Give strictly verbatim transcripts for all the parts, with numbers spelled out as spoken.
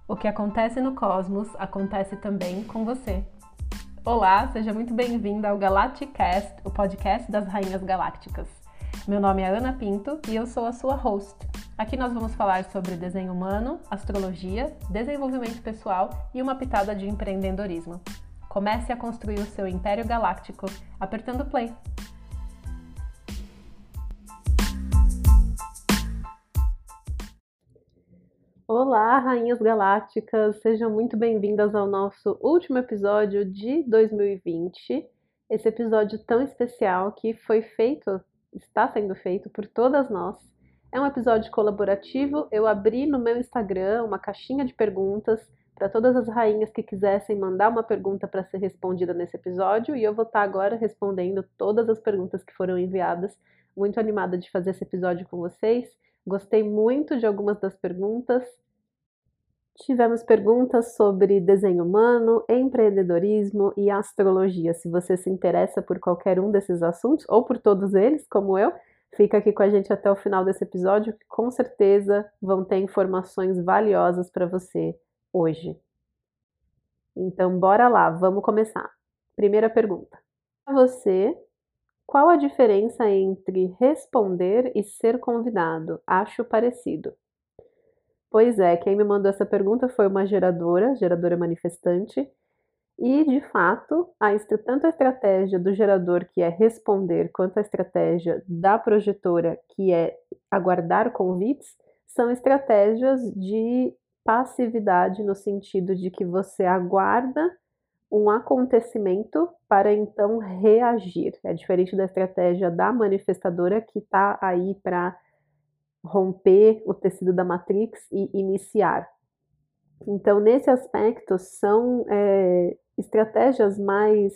O que acontece no cosmos acontece também com você. Olá, seja muito bem-vinda ao Galacticast, o podcast das Rainhas Galácticas. Meu nome é Ana Pinto e eu sou a sua host. Aqui nós vamos falar sobre desenho humano, astrologia, desenvolvimento pessoal e uma pitada de empreendedorismo. Comece a construir o seu império galáctico apertando play. Olá, Rainhas Galácticas! Sejam muito bem-vindas ao nosso último episódio de dois mil e vinte. Esse episódio tão especial que foi feito, está sendo feito por todas nós. É um episódio colaborativo. Eu abri no meu Instagram uma caixinha de perguntas para todas as rainhas que quisessem mandar uma pergunta para ser respondida nesse episódio, e eu vou estar agora respondendo todas as perguntas que foram enviadas. Muito animada de fazer esse episódio com vocês. Gostei muito de algumas das perguntas. Tivemos perguntas sobre desenho humano, empreendedorismo e astrologia. Se você se interessa por qualquer um desses assuntos, ou por todos eles, como eu, fica aqui com a gente até o final desse episódio, que com certeza vão ter informações valiosas para você hoje. Então, bora lá, vamos começar. Primeira pergunta. Para você, qual a diferença entre responder e ser convidado? Acho parecido. Pois é, quem me mandou essa pergunta foi uma geradora, geradora manifestante, e de fato, a, tanto a estratégia do gerador, que é responder, quanto a estratégia da projetora, que é aguardar convites, são estratégias de passividade, no sentido de que você aguarda um acontecimento para então reagir. É diferente da estratégia da manifestadora, que está aí para romper o tecido da Matrix e iniciar. Então, nesse aspecto, são é, estratégias mais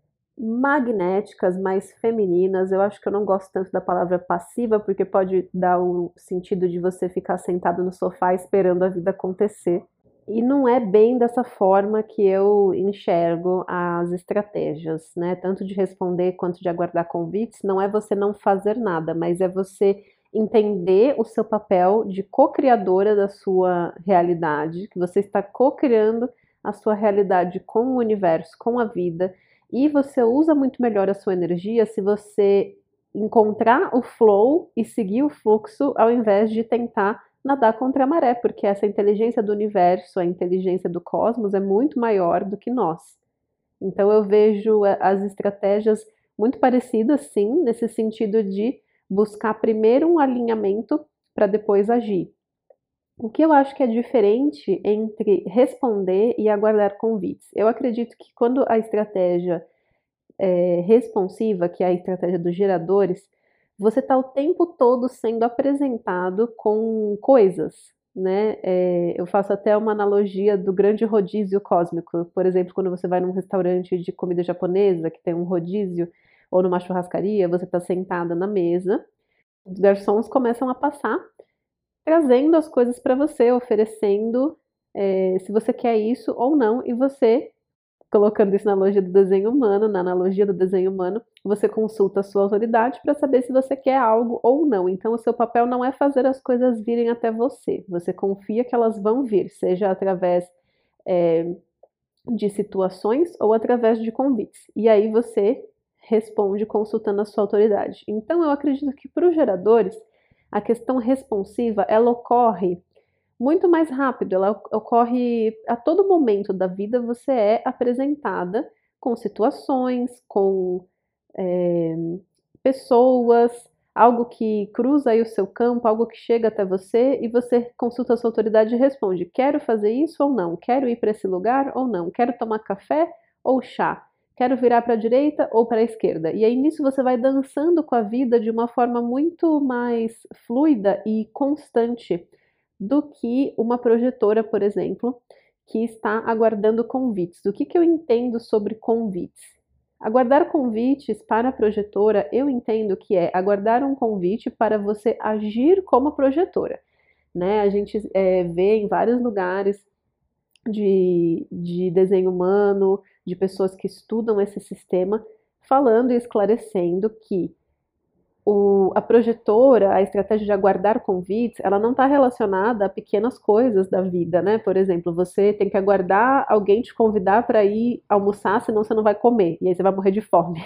magnéticas, mais femininas. Eu acho que eu não gosto tanto da palavra passiva, porque pode dar o sentido de você ficar sentado no sofá esperando a vida acontecer. E não é bem dessa forma que eu enxergo as estratégias, né? Tanto de responder quanto de aguardar convites. Não é você não fazer nada, mas é você entender o seu papel de co-criadora da sua realidade, que você está co-criando a sua realidade com o universo, com a vida, e você usa muito melhor a sua energia se você encontrar o flow e seguir o fluxo, ao invés de tentar nadar contra a maré, porque essa inteligência do universo, a inteligência do cosmos é muito maior do que nós. Então eu vejo as estratégias muito parecidas, sim, nesse sentido de buscar primeiro um alinhamento para depois agir. O que eu acho que é diferente entre responder e aguardar convites? Eu acredito que quando a estratégia é responsiva, que é a estratégia dos geradores, você está o tempo todo sendo apresentado com coisas, né? É, eu faço até uma analogia do grande rodízio cósmico. Por exemplo, quando você vai num restaurante de comida japonesa, que tem um rodízio, ou numa churrascaria, você está sentada na mesa, os garçons começam a passar, trazendo as coisas para você, oferecendo é, se você quer isso ou não, e você, colocando isso na analogia do desenho humano, na analogia do desenho humano, você consulta a sua autoridade para saber se você quer algo ou não. Então, o seu papel não é fazer as coisas virem até você, você confia que elas vão vir, seja através é, de situações ou através de convites. E aí você responde consultando a sua autoridade. Então, eu acredito que para os geradores, a questão responsiva, ela ocorre muito mais rápido, ela ocorre a todo momento da vida. Você é apresentada com situações, com é, pessoas, algo que cruza aí o seu campo, algo que chega até você, e você consulta a sua autoridade e responde: quero fazer isso ou não? Quero ir para esse lugar ou não? Quero tomar café ou chá? Quero virar para a direita ou para a esquerda? E aí nisso você vai dançando com a vida de uma forma muito mais fluida e constante do que uma projetora, por exemplo, que está aguardando convites. O que, que eu entendo sobre convites? Aguardar convites para a projetora, eu entendo que é aguardar um convite para você agir como projetora, né? A gente é, vê em vários lugares de, de desenho humano, de pessoas que estudam esse sistema, falando e esclarecendo que o, a projetora, a estratégia de aguardar convites, ela não está relacionada a pequenas coisas da vida, né? Por exemplo, você tem que aguardar alguém te convidar para ir almoçar, senão você não vai comer, e aí você vai morrer de fome.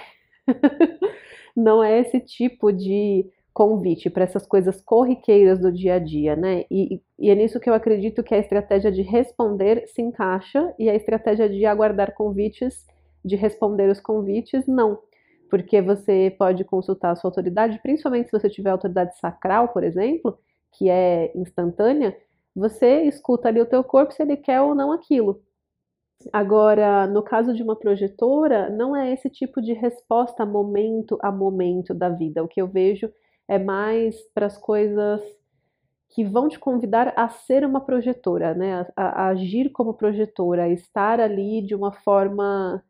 Não é esse tipo de convite para essas coisas corriqueiras do dia a dia, né? E, e é nisso que eu acredito que a estratégia de responder se encaixa e a estratégia de aguardar convites, de responder os convites, não. Porque você pode consultar a sua autoridade, principalmente se você tiver autoridade sacral, por exemplo, que é instantânea, você escuta ali o teu corpo se ele quer ou não aquilo. Agora, no caso de uma projetora, não é esse tipo de resposta momento a momento da vida. O que eu vejo é mais para as coisas que vão te convidar a ser uma projetora, né? A, a- a agir como projetora, a estar ali de uma forma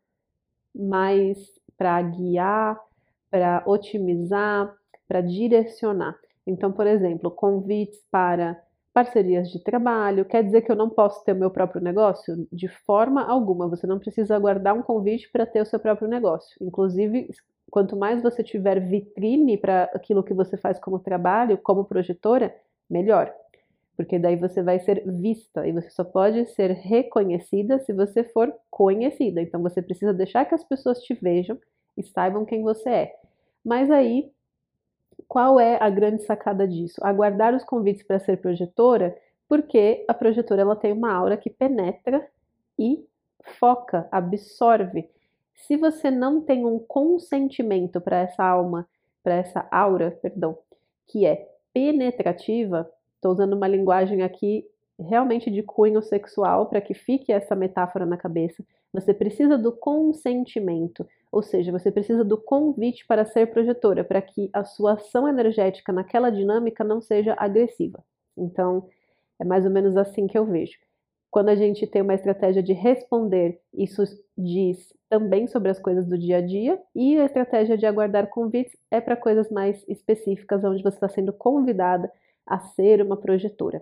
mais para guiar, para otimizar, para direcionar. Então, por exemplo, convites para parcerias de trabalho, quer dizer que eu não posso ter o meu próprio negócio? De forma alguma, você não precisa aguardar um convite para ter o seu próprio negócio. Inclusive, quanto mais você tiver vitrine para aquilo que você faz como trabalho, como projetora, melhor. Porque daí você vai ser vista e você só pode ser reconhecida se você for conhecida. Então você precisa deixar que as pessoas te vejam e saibam quem você é. Mas aí, qual é a grande sacada disso? Aguardar os convites para ser projetora, porque a projetora ela tem uma aura que penetra e foca, absorve. Se você não tem um consentimento para essa alma, para essa aura, perdão, que é penetrativa, estou usando uma linguagem aqui realmente de cunho sexual para que fique essa metáfora na cabeça. Você precisa do consentimento, ou seja, você precisa do convite para ser projetora, para que a sua ação energética naquela dinâmica não seja agressiva. Então, é mais ou menos assim que eu vejo. Quando a gente tem uma estratégia de responder, isso diz também sobre as coisas do dia a dia, e a estratégia de aguardar convites é para coisas mais específicas, onde você está sendo convidada a ser uma projetora.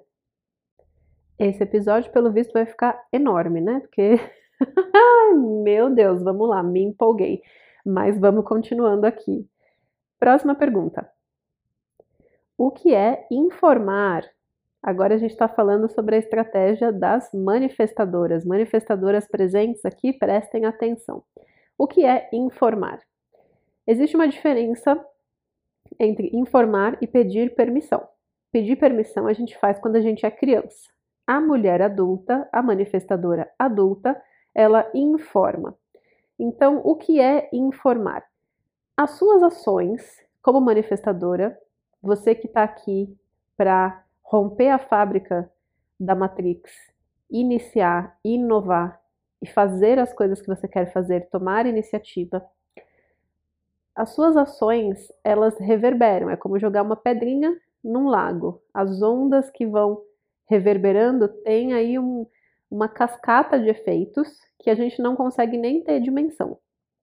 Esse episódio, pelo visto, vai ficar enorme, né? Porque, ai, meu Deus, vamos lá, me empolguei. Mas vamos continuando aqui. Próxima pergunta. O que é informar? Agora a gente está falando sobre a estratégia das manifestadoras. Manifestadoras presentes aqui, prestem atenção. O que é informar? Existe uma diferença entre informar e pedir permissão. Pedir permissão a gente faz quando a gente é criança. A mulher adulta, a manifestadora adulta, ela informa. Então, o que é informar? As suas ações como manifestadora, você que está aqui para romper a fábrica da Matrix, iniciar, inovar e fazer as coisas que você quer fazer, tomar iniciativa, as suas ações, elas reverberam, é como jogar uma pedrinha num lago. As ondas que vão reverberando têm aí um, uma cascata de efeitos que a gente não consegue nem ter dimensão.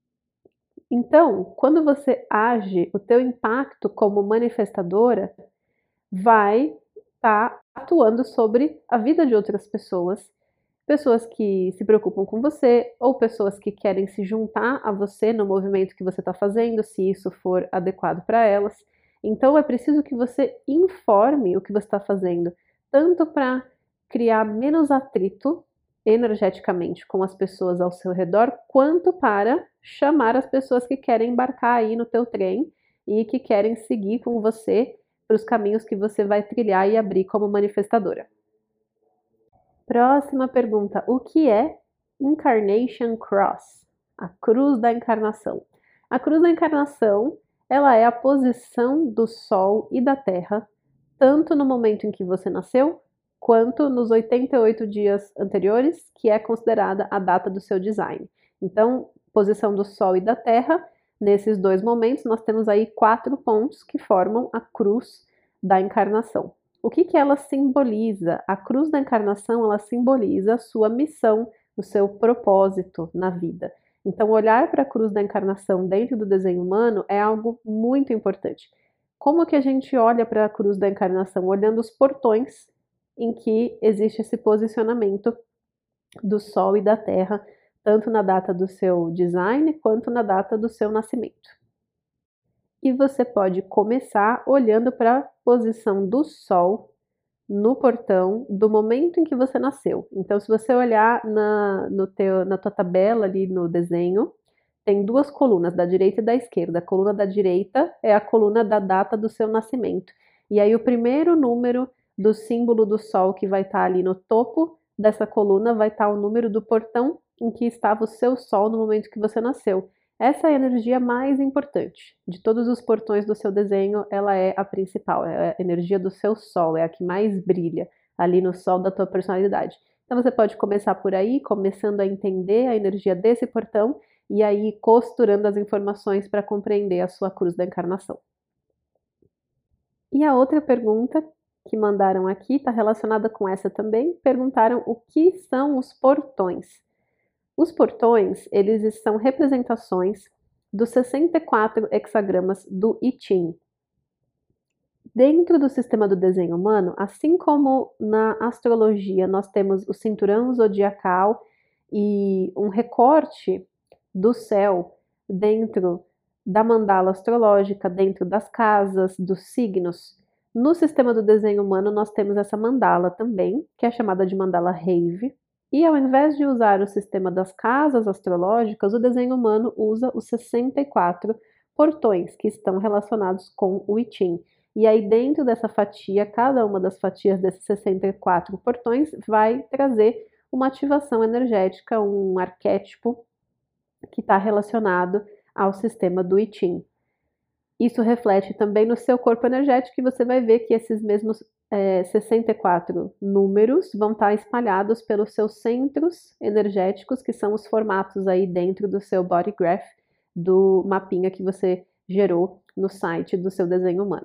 Então, quando você age, o teu impacto como manifestadora vai estar tá atuando sobre a vida de outras pessoas, pessoas que se preocupam com você ou pessoas que querem se juntar a você no movimento que você está fazendo, se isso for adequado para elas. Então, é preciso que você informe o que você está fazendo, tanto para criar menos atrito energeticamente com as pessoas ao seu redor, quanto para chamar as pessoas que querem embarcar aí no teu trem e que querem seguir com você para os caminhos que você vai trilhar e abrir como manifestadora. Próxima pergunta: o que é Incarnation Cross? A cruz da encarnação. A cruz da encarnação, ela é a posição do Sol e da Terra, tanto no momento em que você nasceu, quanto nos oitenta e oito dias anteriores, que é considerada a data do seu design. Então, posição do Sol e da Terra, nesses dois momentos, nós temos aí quatro pontos que formam a cruz da encarnação. O que, que ela simboliza? A cruz da encarnação, ela simboliza a sua missão, o seu propósito na vida. Então, olhar para a cruz da encarnação dentro do desenho humano é algo muito importante. Como que a gente olha para a cruz da encarnação? Olhando os portões em que existe esse posicionamento do Sol e da Terra, tanto na data do seu design quanto na data do seu nascimento. E você pode começar olhando para a posição do Sol no portão do momento em que você nasceu. Então, se você olhar na, no teu, na tua tabela ali no desenho, tem duas colunas, da direita e da esquerda. A coluna da direita é a coluna da data do seu nascimento. E aí o primeiro número do símbolo do Sol que vai estar ali no topo dessa coluna vai estar o número do portão em que estava o seu Sol no momento que você nasceu. Essa é a energia mais importante. De todos os portões do seu desenho, ela é a principal, é a energia do seu Sol, é a que mais brilha ali no Sol da tua personalidade. Então você pode começar por aí, começando a entender a energia desse portão e aí costurando as informações para compreender a sua cruz da encarnação. E a outra pergunta que mandaram aqui está relacionada com essa também. Perguntaram o que são os portões. Os portões, eles são representações dos sessenta e quatro hexagramas do I Ching. Dentro do sistema do desenho humano, assim como na astrologia nós temos o cinturão zodiacal e um recorte do céu dentro da mandala astrológica, dentro das casas, dos signos. No sistema do desenho humano, nós temos essa mandala também, que é chamada de mandala Rave. E ao invés de usar o sistema das casas astrológicas, o desenho humano usa os sessenta e quatro portões que estão relacionados com o I Ching. E aí, dentro dessa fatia, cada uma das fatias desses sessenta e quatro portões vai trazer uma ativação energética, um arquétipo que está relacionado ao sistema do I Ching. Isso reflete também no seu corpo energético e você vai ver que esses mesmos é, sessenta e quatro números vão estar espalhados pelos seus centros energéticos, que são os formatos aí dentro do seu body graph, do mapinha que você gerou no site do seu desenho humano.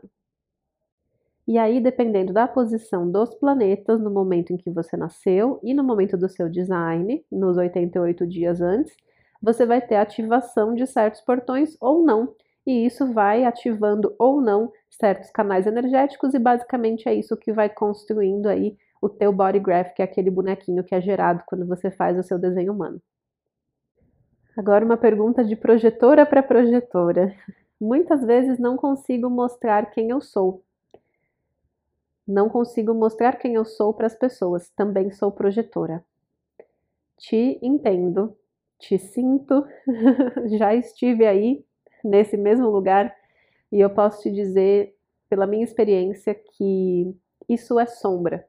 E aí, dependendo da posição dos planetas no momento em que você nasceu e no momento do seu design, nos oitenta e oito dias antes, você vai ter ativação de certos portões ou não. E isso vai ativando ou não certos canais energéticos e basicamente é isso que vai construindo aí o teu body graph, que é aquele bonequinho que é gerado quando você faz o seu desenho humano. Agora uma pergunta de projetora para projetora. Muitas vezes não consigo mostrar quem eu sou. Não consigo mostrar quem eu sou para as pessoas. Também sou projetora. Te entendo, te sinto, já estive aí nesse mesmo lugar e eu posso te dizer, pela minha experiência, que isso é sombra.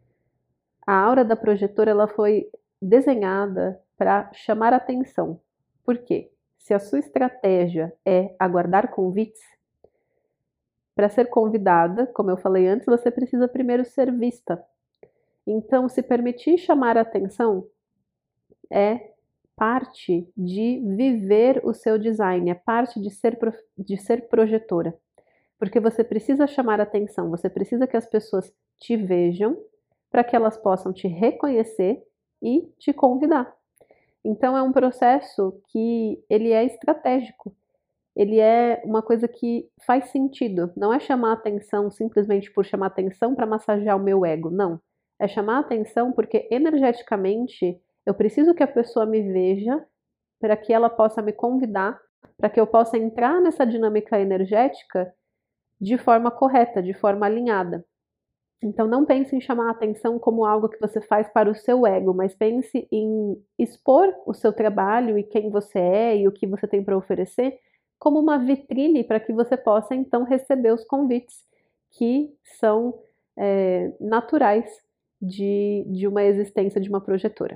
A aura da projetora ela foi desenhada para chamar atenção. Por quê? Se a sua estratégia é aguardar convites, para ser convidada, como eu falei antes, você precisa primeiro ser vista. Então, se permitir chamar atenção é parte de viver o seu design, é parte de ser, de ser projetora. Porque você precisa chamar atenção, você precisa que as pessoas te vejam para que elas possam te reconhecer e te convidar. Então, é um processo que ele é estratégico. Ele é uma coisa que faz sentido. Não é chamar atenção simplesmente por chamar atenção para massagear o meu ego, não. É chamar atenção porque energeticamente eu preciso que a pessoa me veja para que ela possa me convidar, para que eu possa entrar nessa dinâmica energética de forma correta, de forma alinhada. Então não pense em chamar a atenção como algo que você faz para o seu ego, mas pense em expor o seu trabalho e quem você é e o que você tem para oferecer como uma vitrine para que você possa então receber os convites que são é, naturais de, de uma existência de uma projetora.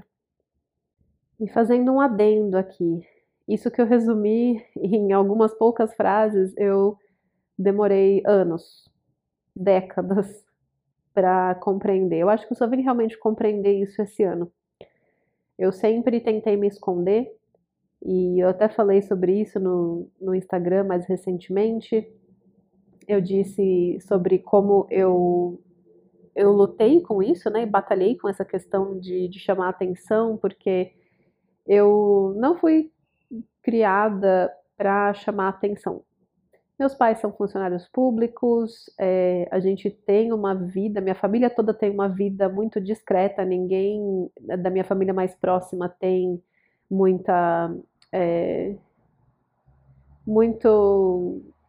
E fazendo um adendo aqui, isso que eu resumi em algumas poucas frases, eu demorei anos, décadas para compreender. Eu acho que eu só vim realmente compreender isso esse ano. Eu sempre tentei me esconder, e eu até falei sobre isso no, no Instagram mais recentemente. Eu disse sobre como eu, eu lutei com isso, né? E batalhei com essa questão de, de chamar atenção, porque eu não fui criada para chamar atenção. Meus pais são funcionários públicos, é, a gente tem uma vida, minha família toda tem uma vida muito discreta, ninguém da minha família mais próxima tem muita, é, muito,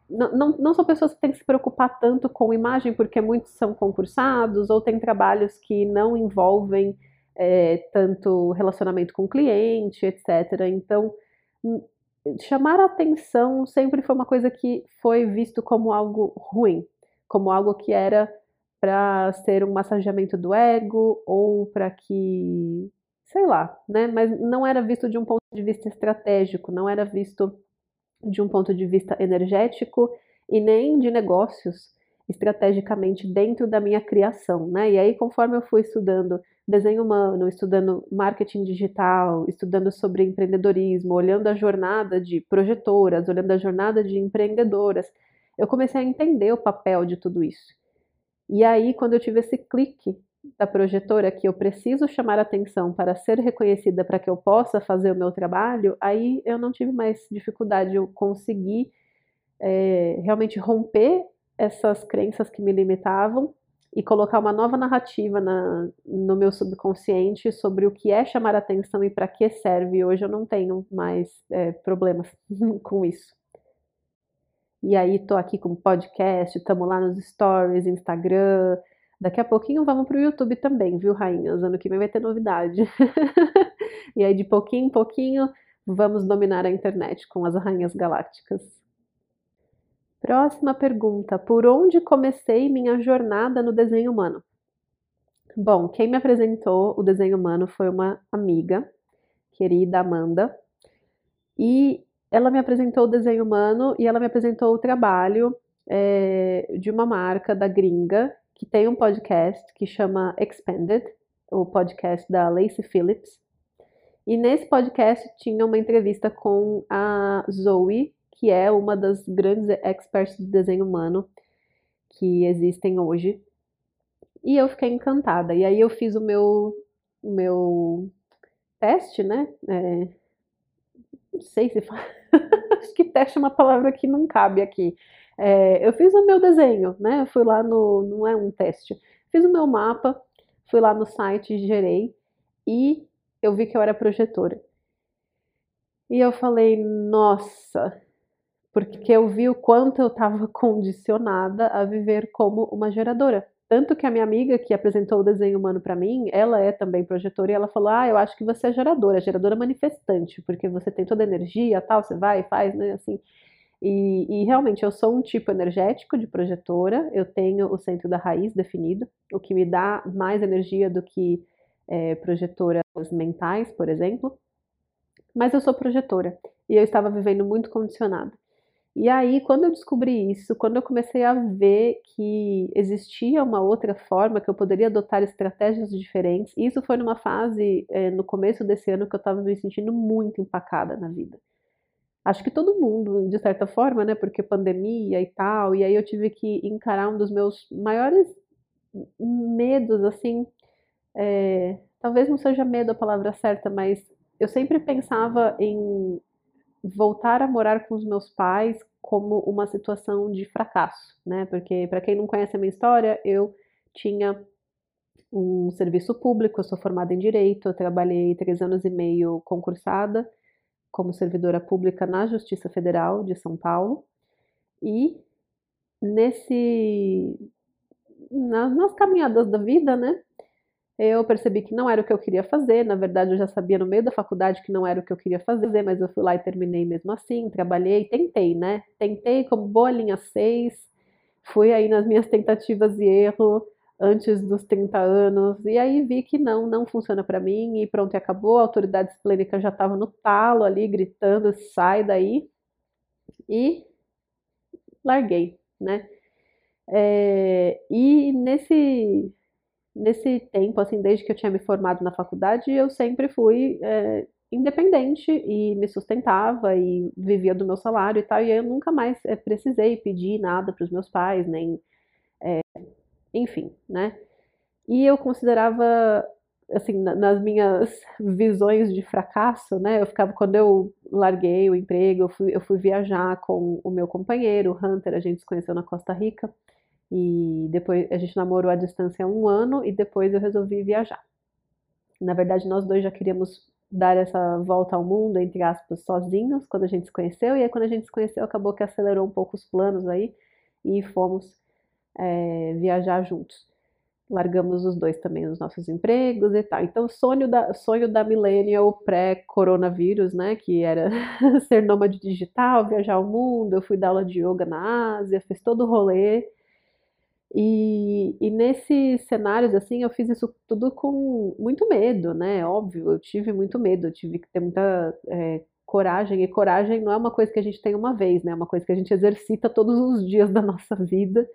não, não, não são pessoas que têm que se preocupar tanto com imagem, porque muitos são concursados ou têm trabalhos que não envolvem é, tanto relacionamento com o cliente, etcétera. Então, chamar a atenção sempre foi uma coisa que foi visto como algo ruim, como algo que era para ser um massageamento do ego ou para que, sei lá, né? Mas não era visto de um ponto de vista estratégico, não era visto de um ponto de vista energético e nem de negócios estrategicamente dentro da minha criação, né? E aí, conforme eu fui estudando desenho humano, estudando marketing digital, estudando sobre empreendedorismo, olhando a jornada de projetoras, olhando a jornada de empreendedoras, eu comecei a entender o papel de tudo isso. E aí, quando eu tive esse clique da projetora que eu preciso chamar atenção para ser reconhecida para que eu possa fazer o meu trabalho, aí eu não tive mais dificuldade, eu consegui é, realmente romper essas crenças que me limitavam e colocar uma nova narrativa na, no meu subconsciente sobre o que é chamar atenção e para que serve. Hoje eu não tenho mais é, problemas com isso. E aí tô aqui com podcast, estamos lá nos stories, Instagram. Daqui a pouquinho vamos pro YouTube também, viu, rainhas? Ano que vem vai ter novidade. E aí de pouquinho em pouquinho vamos dominar a internet com as rainhas galácticas. Próxima pergunta: por onde comecei minha jornada no desenho humano? Bom, quem me apresentou o desenho humano foi uma amiga, querida Amanda, e ela me apresentou o desenho humano e ela me apresentou o trabalho é, de uma marca da gringa que tem um podcast que chama Expanded, o podcast da Lacy Phillips. E nesse podcast tinha uma entrevista com a Zoe, que é uma das grandes experts de desenho humano que existem hoje. E eu fiquei encantada. E aí eu fiz o meu, o meu teste, né? É, não sei se fala. Acho que teste é uma palavra que não cabe aqui. É, eu fiz o meu desenho, né? Eu fui lá no. Não é um teste. Fiz o meu mapa, fui lá no site, gerei e eu vi que eu era projetora. E eu falei, nossa, porque eu vi o quanto eu estava condicionada a viver como uma geradora. Tanto que a minha amiga que apresentou o desenho humano para mim, ela é também projetora e ela falou: "Ah, eu acho que você é geradora, geradora manifestante, porque você tem toda a energia, tal, você vai e faz, né, assim". E, e realmente eu sou um tipo energético de projetora, eu tenho o centro da raiz definido, o que me dá mais energia do que é, projetoras mentais, por exemplo. Mas eu sou projetora e eu estava vivendo muito condicionada. E aí, quando eu descobri isso, quando eu comecei a ver que existia uma outra forma, que eu poderia adotar estratégias diferentes, isso foi numa fase, é, no começo desse ano, que eu estava me sentindo muito empacada na vida. Acho que todo mundo, de certa forma, né? Porque pandemia e tal, e aí eu tive que encarar um dos meus maiores medos, assim, é, talvez não seja medo a palavra certa, mas eu sempre pensava em voltar a morar com os meus pais como uma situação de fracasso, né? Porque, para quem não conhece a minha história, eu tinha um serviço público, eu sou formada em Direito, eu trabalhei três anos e meio concursada como servidora pública na Justiça Federal de São Paulo, e nesse, nas, nas caminhadas da vida, né? Eu percebi que não era o que eu queria fazer, na verdade eu já sabia no meio da faculdade que não era o que eu queria fazer, mas eu fui lá e terminei mesmo assim, trabalhei, tentei, né? Tentei como boa linha seis, fui aí nas minhas tentativas e erros antes dos trinta anos, e aí vi que não, não funciona para mim, e pronto, e acabou, a autoridade esplênica já estava no talo ali, gritando, sai daí, e larguei, né? É, e nesse nesse tempo, assim, desde que eu tinha me formado na faculdade, eu sempre fui é, independente e me sustentava e vivia do meu salário e tal, e eu nunca mais é, precisei pedir nada para os meus pais, nem, enfim, né? E eu considerava, assim, na- nas minhas visões de fracasso, né? Eu ficava, quando eu larguei o emprego, eu fui, eu fui viajar com o meu companheiro, o Hunter, a gente se conheceu na Costa Rica. E depois a gente namorou à distância há um ano e depois eu resolvi viajar. Na verdade, nós dois já queríamos dar essa volta ao mundo, entre aspas, sozinhos, quando a gente se conheceu, e aí quando a gente se conheceu, acabou que acelerou um pouco os planos aí, e fomos é, viajar juntos. Largamos os dois também os nossos empregos e tal. Então, sonho da, sonho da millennial pré-coronavírus, né, que era ser nômade digital, viajar o mundo, eu fui dar aula de yoga na Ásia, fiz todo o rolê, e, e nesses cenários, assim, eu fiz isso tudo com muito medo, né? Óbvio, eu tive muito medo, eu tive que ter muita é, coragem, e coragem não é uma coisa que a gente tem uma vez, né? É uma coisa que a gente exercita todos os dias da nossa vida.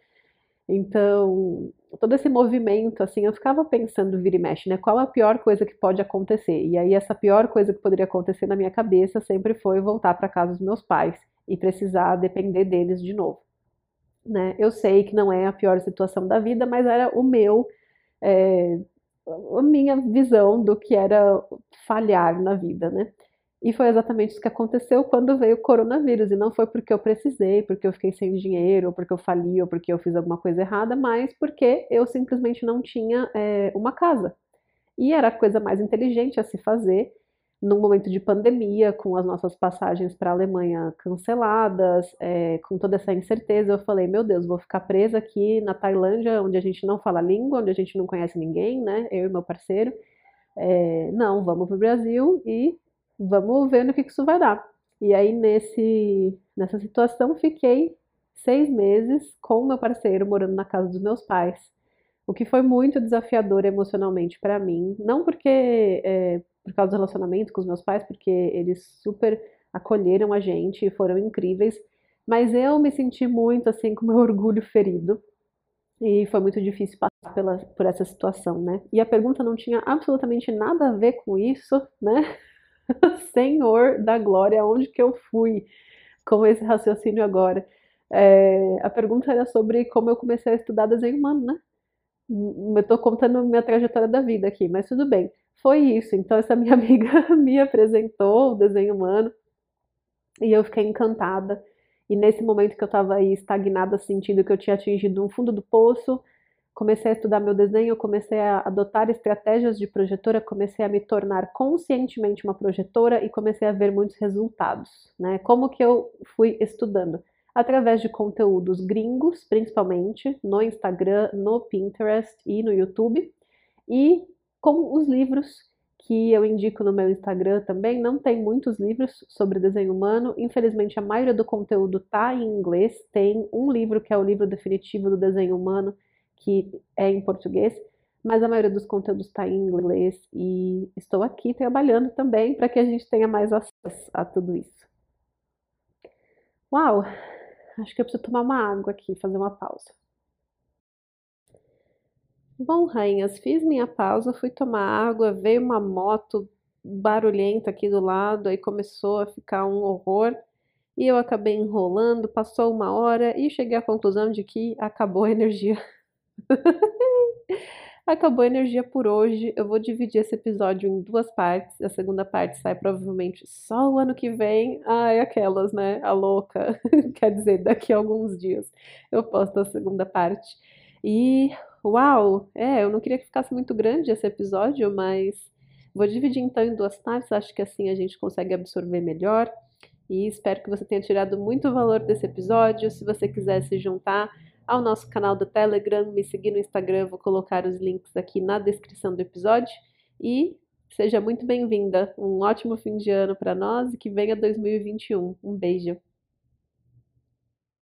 Então, todo esse movimento, assim, eu ficava pensando, vira e mexe, né? Qual a pior coisa que pode acontecer? E aí, essa pior coisa que poderia acontecer na minha cabeça sempre foi voltar para casa dos meus pais e precisar depender deles de novo, né? Eu sei que não é a pior situação da vida, mas era o meu, é, a minha visão do que era falhar na vida, né? E foi exatamente isso que aconteceu quando veio o coronavírus. E não foi porque eu precisei, porque eu fiquei sem dinheiro, ou porque eu fali, ou porque eu fiz alguma coisa errada, mas porque eu simplesmente não tinha é, uma casa. E era a coisa mais inteligente a se fazer num momento de pandemia, com as nossas passagens para a Alemanha canceladas, é, com toda essa incerteza. Eu falei, meu Deus, vou ficar presa aqui na Tailândia, onde a gente não fala a língua, onde a gente não conhece ninguém, né? Eu e meu parceiro. É, não, vamos para o Brasil e vamos ver no que, que isso vai dar. E aí, nesse, nessa situação, fiquei seis meses com o meu parceiro morando na casa dos meus pais, o que foi muito desafiador emocionalmente para mim. Não porque é, por causa do relacionamento com os meus pais, porque eles super acolheram a gente e foram incríveis, mas eu me senti muito assim com meu orgulho ferido. E foi muito difícil passar pela, por essa situação, né? E a pergunta não tinha absolutamente nada a ver com isso, né? Senhor da glória, onde que eu fui com esse raciocínio agora? É, a pergunta era sobre como eu comecei a estudar desenho humano, né? Eu estou contando minha trajetória da vida aqui, mas tudo bem. Foi isso. Então, essa minha amiga me apresentou o desenho humano e eu fiquei encantada. E nesse momento que eu estava aí estagnada, sentindo que eu tinha atingido um fundo do poço, comecei a estudar meu desenho, comecei a adotar estratégias de projetora, comecei a me tornar conscientemente uma projetora e comecei a ver muitos resultados, né? Como que eu fui estudando? Através de conteúdos gringos, principalmente, no Instagram, no Pinterest e no YouTube, e com os livros que eu indico no meu Instagram também. Não tem muitos livros sobre desenho humano, infelizmente a maioria do conteúdo está em inglês. Tem um livro que é o livro definitivo do desenho humano, que é em português, mas a maioria dos conteúdos está em inglês e estou aqui trabalhando também para que a gente tenha mais acesso a tudo isso. Uau, acho que eu preciso tomar uma água aqui, fazer uma pausa. Bom, rainhas, fiz minha pausa, fui tomar água, veio uma moto barulhenta aqui do lado, aí começou a ficar um horror e eu acabei enrolando, passou uma hora e cheguei à conclusão de que acabou a energia. Acabou a energia por hoje. Eu vou dividir esse episódio em duas partes. A segunda parte sai provavelmente só o ano que vem. Ai, aquelas, né? A louca. Quer dizer, daqui a alguns dias eu posto a segunda parte. E, uau! É, eu não queria que ficasse muito grande esse episódio, mas vou dividir então em duas partes. Acho que assim a gente consegue absorver melhor. E espero que você tenha tirado muito valor desse episódio. Se você quiser se juntar ao nosso canal do Telegram, me seguir no Instagram, vou colocar os links aqui na descrição do episódio. E seja muito bem-vinda. Um ótimo fim de ano para nós e que venha dois mil e vinte e um. Um beijo.